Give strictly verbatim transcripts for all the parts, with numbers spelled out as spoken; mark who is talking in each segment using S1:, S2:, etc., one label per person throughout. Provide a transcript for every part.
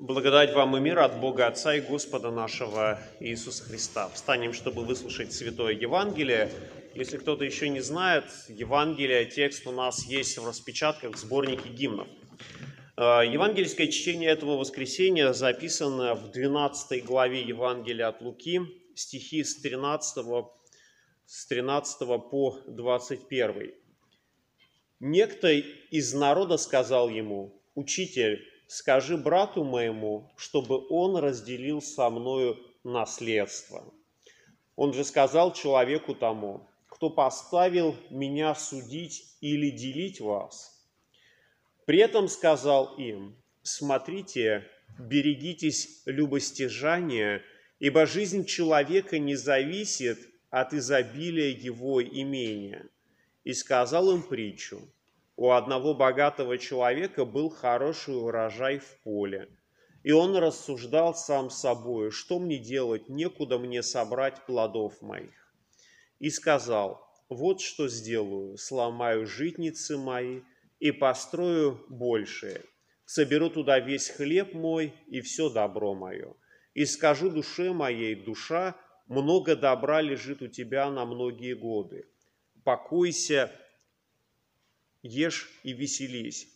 S1: Благодать вам и мир от Бога Отца и Господа нашего Иисуса Христа. Встанем, чтобы выслушать Святое Евангелие. Если кто-то еще не знает, Евангелие, текст у нас есть в распечатках в сборнике гимнов. Евангельское чтение этого воскресенья записано в двенадцатой главе Евангелия от Луки, стихи с тринадцатого, с тринадцатого по двадцать первый. «Некто из народа сказал ему: „Учитель, скажи брату моему, чтобы он разделил со мною наследство“. Он же сказал человеку тому: „Кто поставил меня судить или делить вас?“ При этом сказал им: „Смотрите, берегитесь любостяжания, ибо жизнь человека не зависит от изобилия его имения“. И сказал им притчу: „У одного богатого человека был хороший урожай в поле, и он рассуждал сам с собой: „Что мне делать? Некуда мне собрать плодов моих“. И сказал: „Вот что сделаю: сломаю житницы мои и построю большие, соберу туда весь хлеб мой и все добро мое, и скажу душе моей: душа, много добра лежит у тебя на многие годы. Покойся, ешь и веселись.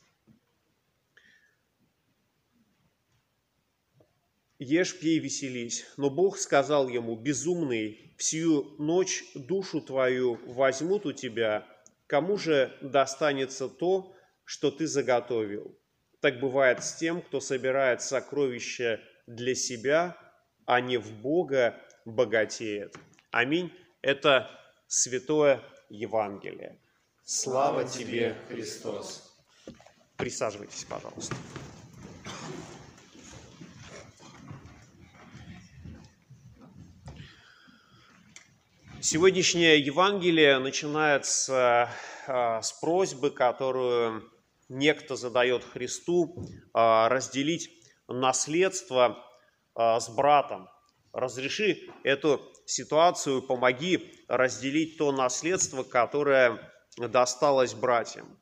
S1: Ешь, пей, веселись“. Но Бог сказал ему: „Безумный, всю ночь душу твою возьмут у тебя. Кому же достанется то, что ты заготовил?“ Так бывает с тем, кто собирает сокровища для себя, а не в Бога богатеет“. Аминь. Это Святое Евангелие.
S2: Слава тебе, Христос!
S1: Присаживайтесь, пожалуйста. Сегодняшнее Евангелие начинается э, с просьбы, которую некто задает Христу, э, разделить наследство э, с братом. Разреши эту ситуацию, помоги разделить то наследство, которое досталось братьям.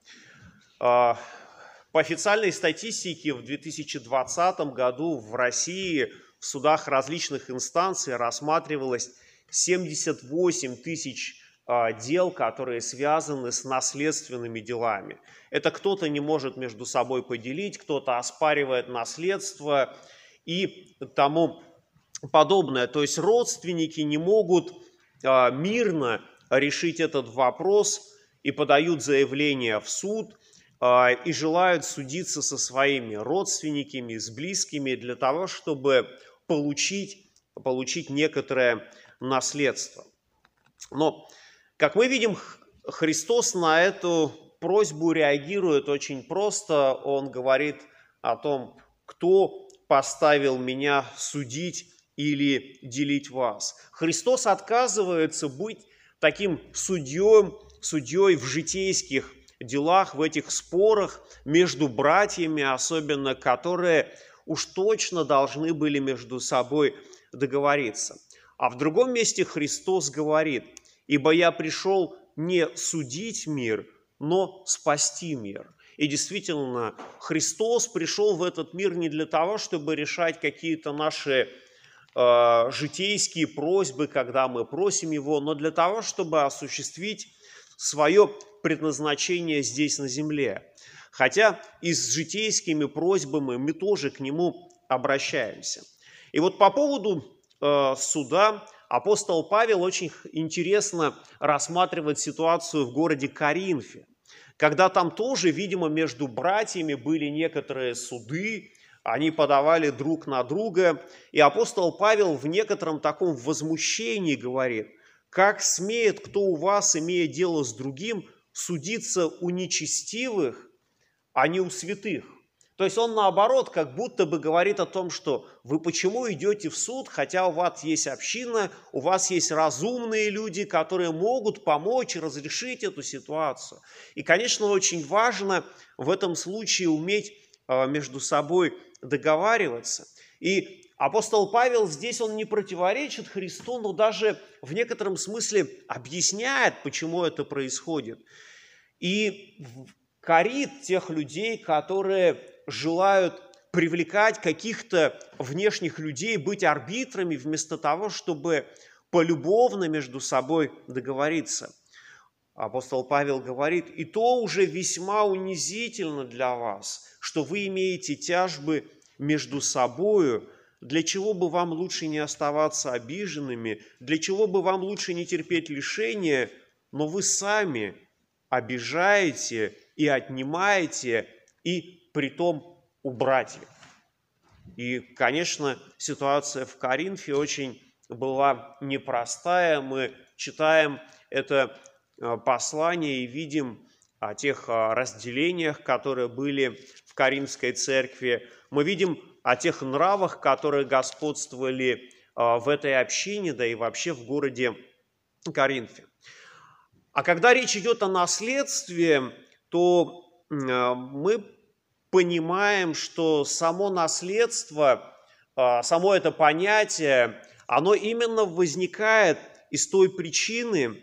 S1: По официальной статистике в две тысячи двадцатом году в России в судах различных инстанций рассматривалось семьдесят восемь тысяч дел, которые связаны с наследственными делами. Это кто-то не может между собой поделить, кто-то оспаривает наследство и тому подобное. То есть родственники не могут мирно решить этот вопрос и подают заявление в суд и желают судиться со своими родственниками, с близкими для того, чтобы получить, получить некоторое наследство. Но, как мы видим, Христос на эту просьбу реагирует очень просто. Он говорит о том, кто поставил меня судить или делить вас. Христос отказывается быть таким судьей, судьей в житейских делах, в этих спорах между братьями, особенно, которые уж точно должны были между собой договориться. А в другом месте Христос говорит: «Ибо я пришел не судить мир, но спасти мир». И действительно, Христос пришел в этот мир не для того, чтобы решать какие-то наши э, житейские просьбы, когда мы просим Его, но для того, чтобы осуществить свое предназначение здесь на земле. Хотя и с житейскими просьбами мы тоже к Нему обращаемся. И вот по поводу э, суда апостол Павел очень интересно рассматривает ситуацию в городе Коринфе, когда там тоже, видимо, между братьями были некоторые суды, они подавали друг на друга, и апостол Павел в некотором таком возмущении говорит: «Как смеет кто у вас, имея дело с другим, судиться у нечестивых, а не у святых?» То есть он, наоборот, как будто бы говорит о том, что вы почему идете в суд, хотя у вас есть община, у вас есть разумные люди, которые могут помочь разрешить эту ситуацию. И, конечно, очень важно в этом случае уметь между собой договариваться. И апостол Павел здесь, он не противоречит Христу, но даже в некотором смысле объясняет, почему это происходит. И корит тех людей, которые желают привлекать каких-то внешних людей, быть арбитрами, вместо того, чтобы полюбовно между собой договориться. Апостол Павел говорит: «И то уже весьма унизительно для вас, что вы имеете тяжбы между собою. Для чего бы вам лучше не оставаться обиженными? Для чего бы вам лучше не терпеть лишения? Но вы сами обижаете и отнимаете, и притом у братьев». И, конечно, ситуация в Коринфе очень была непростая. Мы читаем это послание и видим о тех разделениях, которые были в Коринфской церкви. Мы видим о тех нравах, которые господствовали в этой общине, да и вообще в городе Коринфе. А когда речь идет о наследстве, то мы понимаем, что само наследство, само это понятие, оно именно возникает из той причины,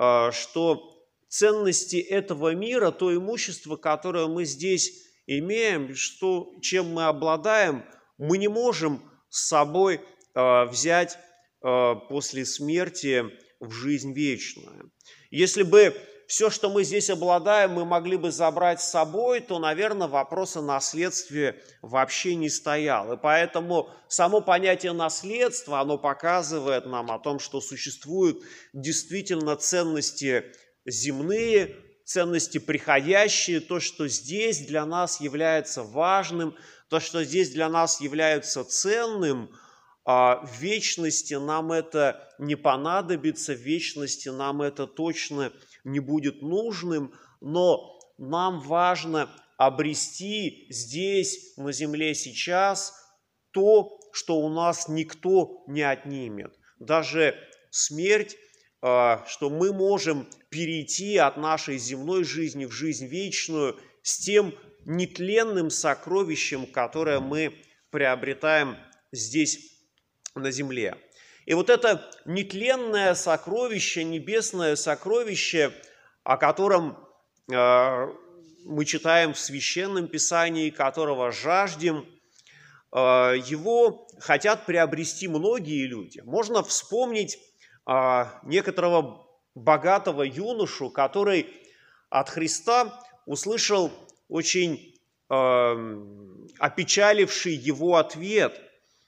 S1: что ценности этого мира, то имущество, которое мы здесь имеем, что, чем мы обладаем, мы не можем с собой взять после смерти в жизнь вечную. Если бы все, что мы здесь обладаем, мы могли бы забрать с собой, то, наверное, вопрос о наследстве вообще не стоял. И поэтому само понятие наследства, оно показывает нам о том, что существуют действительно ценности земные, ценности приходящие, то, что здесь для нас является важным, то, что здесь для нас является ценным. В вечности нам это не понадобится, в вечности нам это точно не будет нужным, но нам важно обрести здесь, на земле сейчас, то, что у нас никто не отнимет. Даже смерть, что мы можем перейти от нашей земной жизни в жизнь вечную с тем нетленным сокровищем, которое мы приобретаем здесь на земле. И вот это нетленное сокровище, небесное сокровище, о котором э, мы читаем в Священном Писании, которого жаждем, э, его хотят приобрести многие люди. Можно вспомнить э, некоторого богатого юношу, который от Христа услышал очень э, опечаливший его ответ: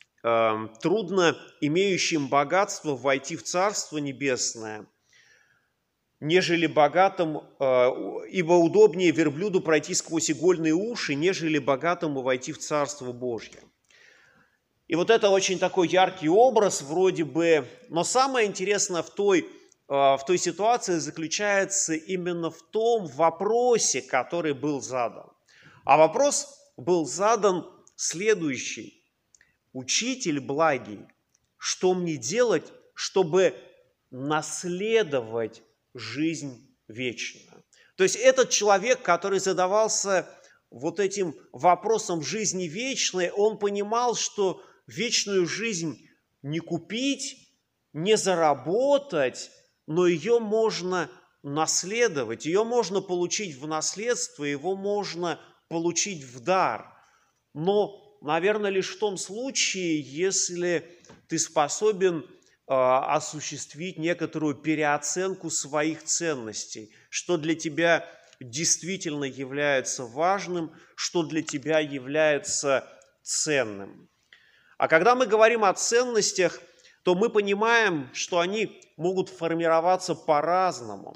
S1: трудно имеющим богатство войти в Царство Небесное, нежели богатым, ибо удобнее верблюду пройти сквозь игольные уши, нежели богатому войти в Царство Божье. И вот это очень такой яркий образ вроде бы, но самое интересное в той, в той ситуации заключается именно в том вопросе, который был задан. А вопрос был задан следующий: «Учитель благий, что мне делать, чтобы наследовать жизнь вечную?» То есть этот человек, который задавался вот этим вопросом жизни вечной, он понимал, что вечную жизнь не купить, не заработать, но ее можно наследовать, ее можно получить в наследство, его можно получить в дар. Но наверное, лишь в том случае, если ты способен э, осуществить некоторую переоценку своих ценностей, что для тебя действительно является важным, что для тебя является ценным. А когда мы говорим о ценностях, то мы понимаем, что они могут формироваться по-разному.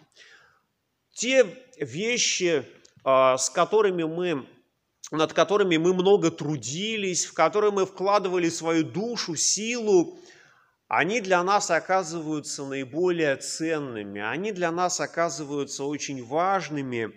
S1: Те вещи, э, с которыми мы над которыми мы много трудились, в которые мы вкладывали свою душу, силу, они для нас оказываются наиболее ценными, они для нас оказываются очень важными.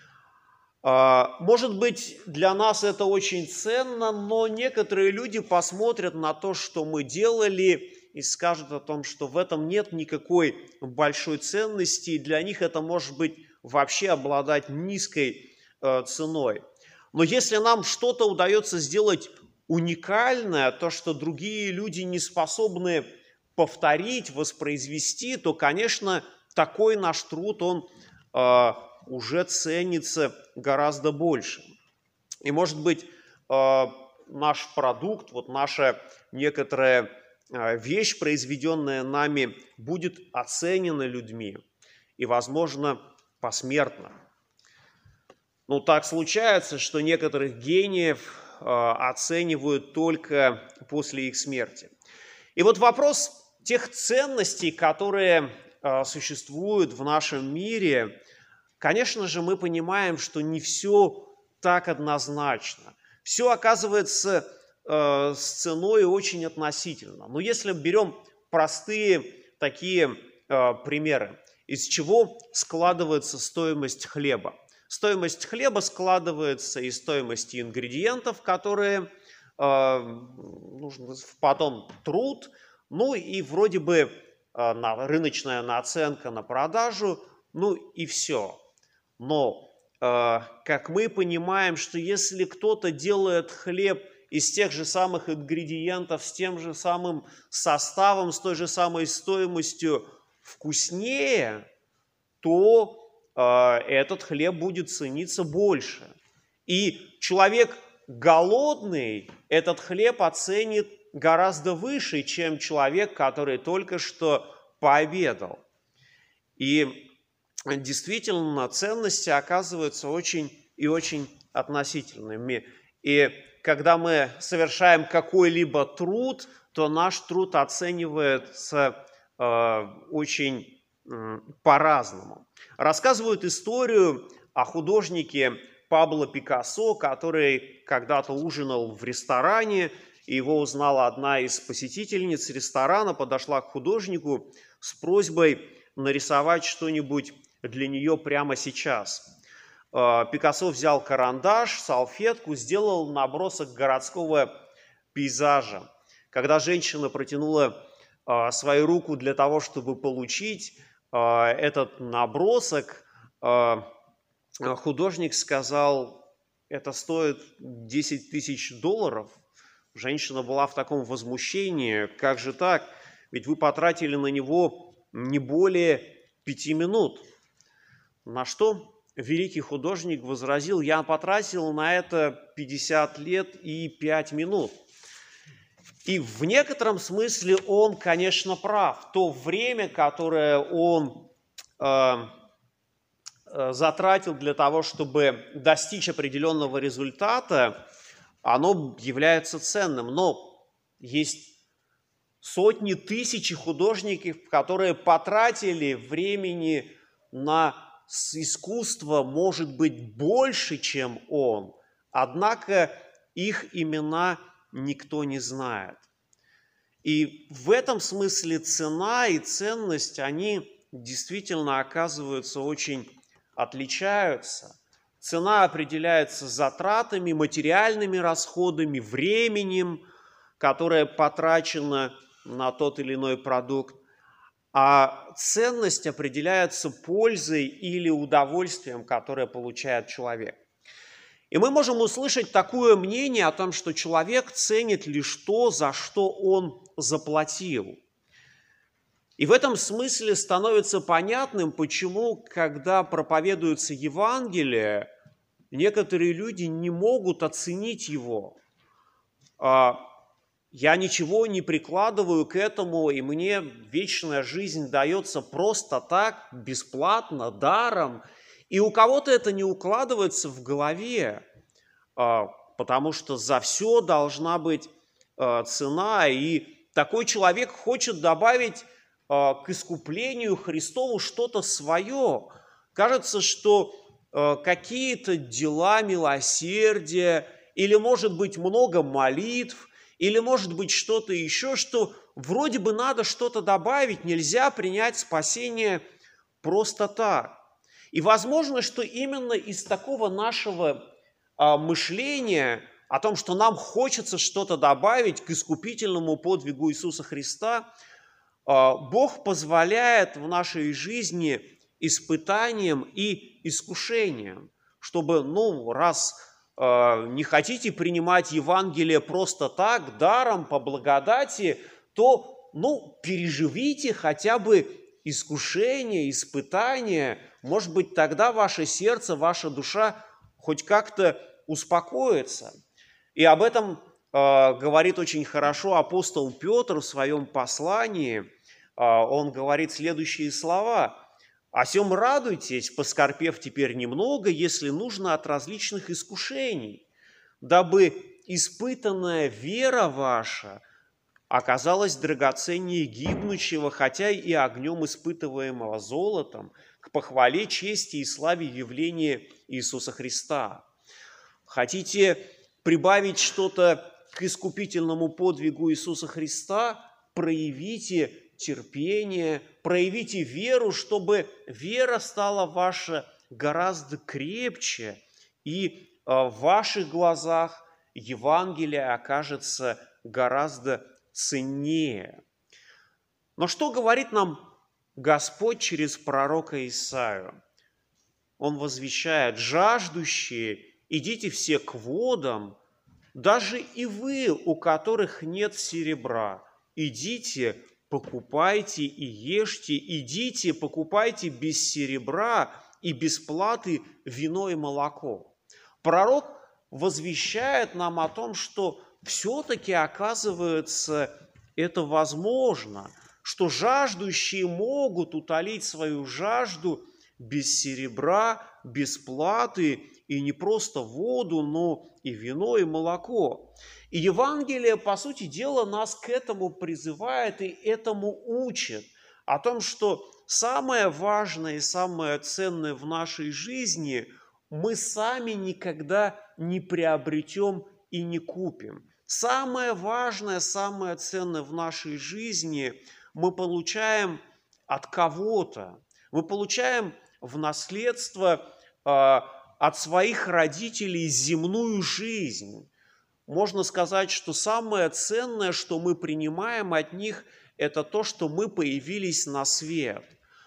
S1: Может быть, для нас это очень ценно, но некоторые люди посмотрят на то, что мы делали, и скажут о том, что в этом нет никакой большой ценности, и для них это может быть вообще обладать низкой ценой. Но если нам что-то удается сделать уникальное, то, что другие люди не способны повторить, воспроизвести, то, конечно, такой наш труд, он э, уже ценится гораздо больше. И, может быть, э, наш продукт, вот наша некоторая вещь, произведенная нами, будет оценена людьми и, возможно, посмертно. Но так случается, что некоторых гениев оценивают только после их смерти. И вот вопрос тех ценностей, которые существуют в нашем мире, конечно же, мы понимаем, что не все так однозначно. Все оказывается э, с ценой очень относительно. Но если берем простые такие э, примеры, из чего складывается стоимость хлеба? Стоимость хлеба складывается из стоимости ингредиентов, которые э, нужен потом труд, ну и вроде бы э, на, рыночная наценка на продажу, ну и все. Но как мы понимаем, что если кто-то делает хлеб из тех же самых ингредиентов, с тем же самым составом, с той же самой стоимостью вкуснее, то этот хлеб будет цениться больше. И человек голодный этот хлеб оценит гораздо выше, чем человек, который только что пообедал. И действительно, ценности оказываются очень и очень относительными. И когда мы совершаем какой-либо труд, то наш труд оценивается э, очень э, по-разному. Рассказывают историю о художнике Пабло Пикассо, который когда-то ужинал в ресторане, и его узнала одна из посетительниц ресторана, подошла к художнику с просьбой нарисовать что-нибудь для нее прямо сейчас. Пикассо взял карандаш, салфетку, сделал набросок городского пейзажа. Когда женщина протянула свою руку для того, чтобы получить этот набросок, художник сказал: это стоит десять тысяч долларов. Женщина была в таком возмущении: как же так? Ведь вы потратили на него не более пяти минут. На что великий художник возразил: я потратил на это пятьдесят лет и пять минут. И в некотором смысле он, конечно, прав. То время, которое он э, э, затратил для того, чтобы достичь определенного результата, оно является ценным. Но есть сотни тысяч художников, которые потратили времени на искусство, может быть, больше, чем он, однако их имена никто не знает. И в этом смысле цена и ценность, они действительно, оказываются, очень отличаются. Цена определяется затратами, материальными расходами, временем, которое потрачено на тот или иной продукт. А ценность определяется пользой или удовольствием, которое получает человек. И мы можем услышать такое мнение о том, что человек ценит лишь то, за что он заплатил. И в этом смысле становится понятным, почему, когда проповедуется Евангелие, некоторые люди не могут оценить его. Я ничего не прикладываю к этому, и мне вечная жизнь дается просто так, бесплатно, даром. И у кого-то это не укладывается в голове, потому что за все должна быть цена. И такой человек хочет добавить к искуплению Христову что-то свое. Кажется, что какие-то дела милосердия, или, может быть, много молитв, или, может быть, что-то еще, что вроде бы надо что-то добавить, нельзя принять спасение просто так. И возможно, что именно из такого нашего а, мышления о том, что нам хочется что-то добавить к искупительному подвигу Иисуса Христа, а, Бог позволяет в нашей жизни испытаниям и искушениям, чтобы, ну, раз не хотите принимать Евангелие просто так, даром, по благодати, то, ну, переживите хотя бы искушение, испытание. Может быть, тогда ваше сердце, ваша душа хоть как-то успокоится. И об этом говорит очень хорошо апостол Петр в своем послании. Он говорит следующие слова: «О сем радуйтесь, поскорбев теперь немного, если нужно, от различных искушений, дабы испытанная вера ваша оказалась драгоценнее гибнущего, хотя и огнем испытываемого золотом, к похвале, чести и славе явления Иисуса Христа». Хотите прибавить что-то к искупительному подвигу Иисуса Христа? Проявите терпение, проявите веру, чтобы вера стала ваша гораздо крепче, и в ваших глазах Евангелие окажется гораздо ценнее. Но что говорит нам Господь через пророка Исаию? Он возвещает: «Жаждущие, идите все к водам, даже и вы, у которых нет серебра, идите, покупайте и ешьте, идите, покупайте без серебра и без платы вино и молоко». Пророк возвещает нам о том, что все-таки, оказывается, это возможно, что жаждущие могут утолить свою жажду без серебра, без платы, и не просто воду, но и вино, и молоко. И Евангелие, по сути дела, нас к этому призывает и этому учит, о том, что самое важное и самое ценное в нашей жизни мы сами никогда не приобретем и не купим. Самое важное, самое ценное в нашей жизни мы получаем от кого-то. Мы получаем в наследство э, от своих родителей земную жизнь. Можно сказать, что самое ценное, что мы принимаем от них, это то, что мы появились на свет.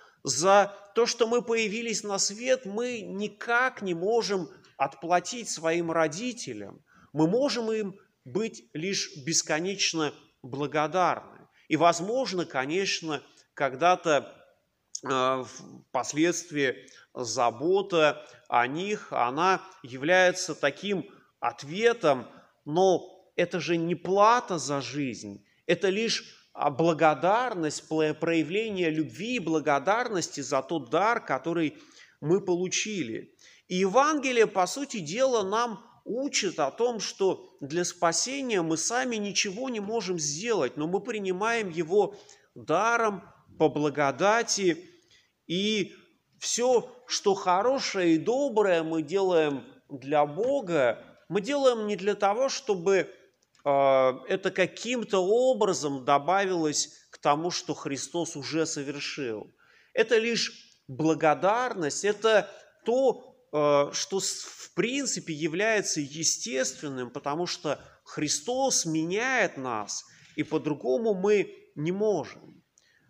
S1: За то, что мы появились на свет, мы никак не можем отплатить своим родителям. Мы можем им быть лишь бесконечно благодарны. И, возможно, конечно, когда-то э, впоследствии забота о них, она является таким ответом, но это же не плата за жизнь, это лишь благодарность, проявление любви и благодарности за тот дар, который мы получили. И Евангелие, по сути дела, нам учит о том, что для спасения мы сами ничего не можем сделать, но мы принимаем его даром по благодати, и все, что хорошее и доброе мы делаем для Бога, мы делаем не для того, чтобы это каким-то образом добавилось к тому, что Христос уже совершил. Это лишь благодарность, это то, что в принципе является естественным, потому что Христос меняет нас, и по-другому мы не можем.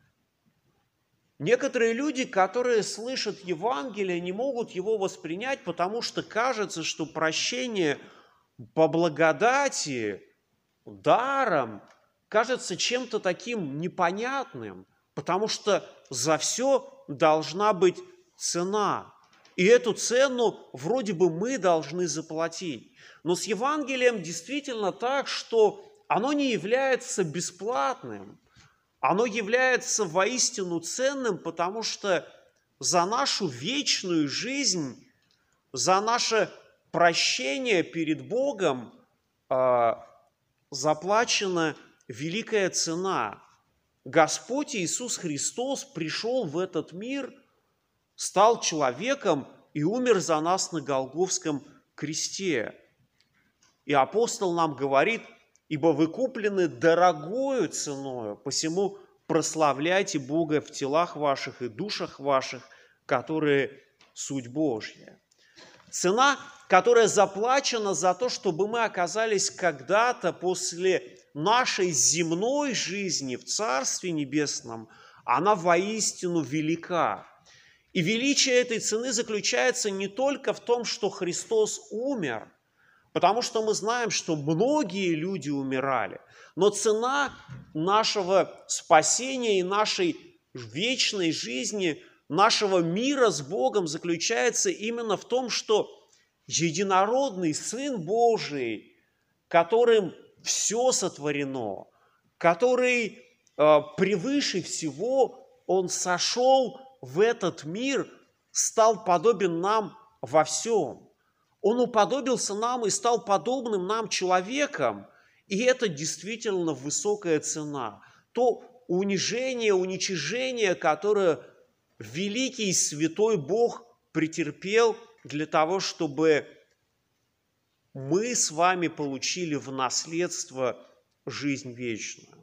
S1: Некоторые люди, которые слышат Евангелие, не могут его воспринять, потому что кажется, что прощение по благодати, даром, кажется чем-то таким непонятным, потому что за все должна быть цена. И эту цену вроде бы мы должны заплатить. Но с Евангелием действительно так, что оно не является бесплатным. Оно является воистину ценным, потому что за нашу вечную жизнь, за наше прощение перед Богом э, заплачена великая цена. Господь Иисус Христос пришел в этот мир, стал человеком и умер за нас на Голгофском кресте. И апостол нам говорит: «Ибо вы куплены дорогою ценою, посему прославляйте Бога в телах ваших и душах ваших, которые суть Божья». Цена, которая заплачена за то, чтобы мы оказались когда-то после нашей земной жизни в Царстве Небесном, она воистину велика. И величие этой цены заключается не только в том, что Христос умер, потому что мы знаем, что многие люди умирали, но цена нашего спасения и нашей вечной жизни, нашего мира с Богом заключается именно в том, что единородный Сын Божий, которым все сотворено, который э, превыше всего, Он сошел в этот мир, стал подобен нам во всем. Он уподобился нам и стал подобным нам человеком, и это действительно высокая цена. То унижение, уничижение, которое великий святой Бог претерпел для того, чтобы мы с вами получили в наследство жизнь вечную.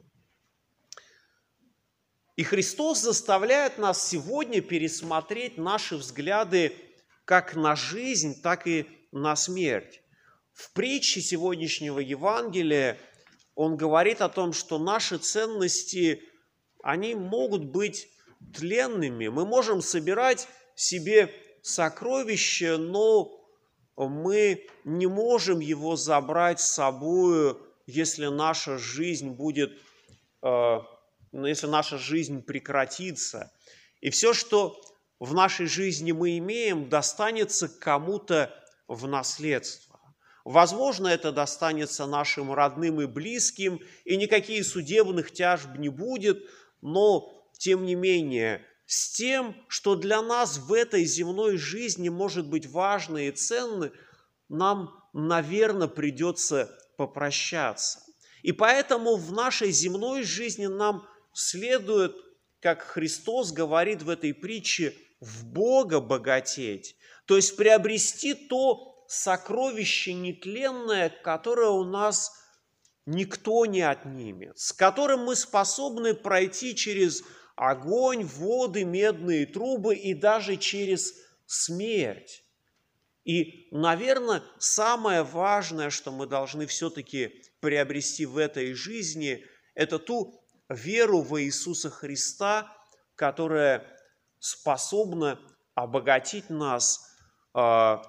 S1: И Христос заставляет нас сегодня пересмотреть наши взгляды как на жизнь, так и на смерть. В притче сегодняшнего Евангелия Он говорит о том, что наши ценности, они могут быть тленными. Мы можем собирать себе сокровища, но мы не можем его забрать с собой, если наша жизнь будет, э, если наша жизнь прекратится. И все, что в нашей жизни мы имеем, достанется кому-то в наследство. Возможно, это достанется нашим родным и близким, и никаких судебных тяжб не будет, но, тем не менее, с тем, что для нас в этой земной жизни может быть важно и ценно, нам, наверное, придется попрощаться. И поэтому в нашей земной жизни нам следует, как Христос говорит в этой притче, в Бога богатеть, то есть приобрести то сокровище нетленное, которое у нас никто не отнимет, с которым мы способны пройти через огонь, воды, медные трубы и даже через смерть. И, наверное, самое важное, что мы должны все-таки приобрести в этой жизни, это ту веру во Иисуса Христа, которая способна обогатить нас э,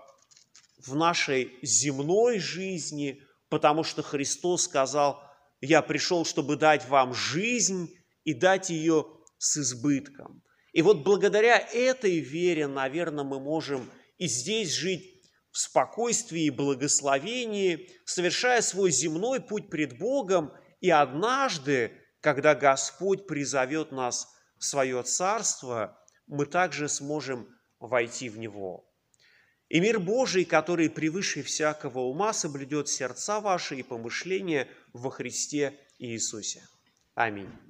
S1: в нашей земной жизни, потому что Христос сказал: «Я пришел, чтобы дать вам жизнь и дать ее с избытком». И вот благодаря этой вере, наверное, мы можем и здесь жить в спокойствии и благословении, совершая свой земной путь пред Богом, и однажды, когда Господь призовет нас в свое Царство, мы также сможем войти в него. И мир Божий, который превыше всякого ума, соблюдет сердца ваши и помышления во Христе Иисусе. Аминь.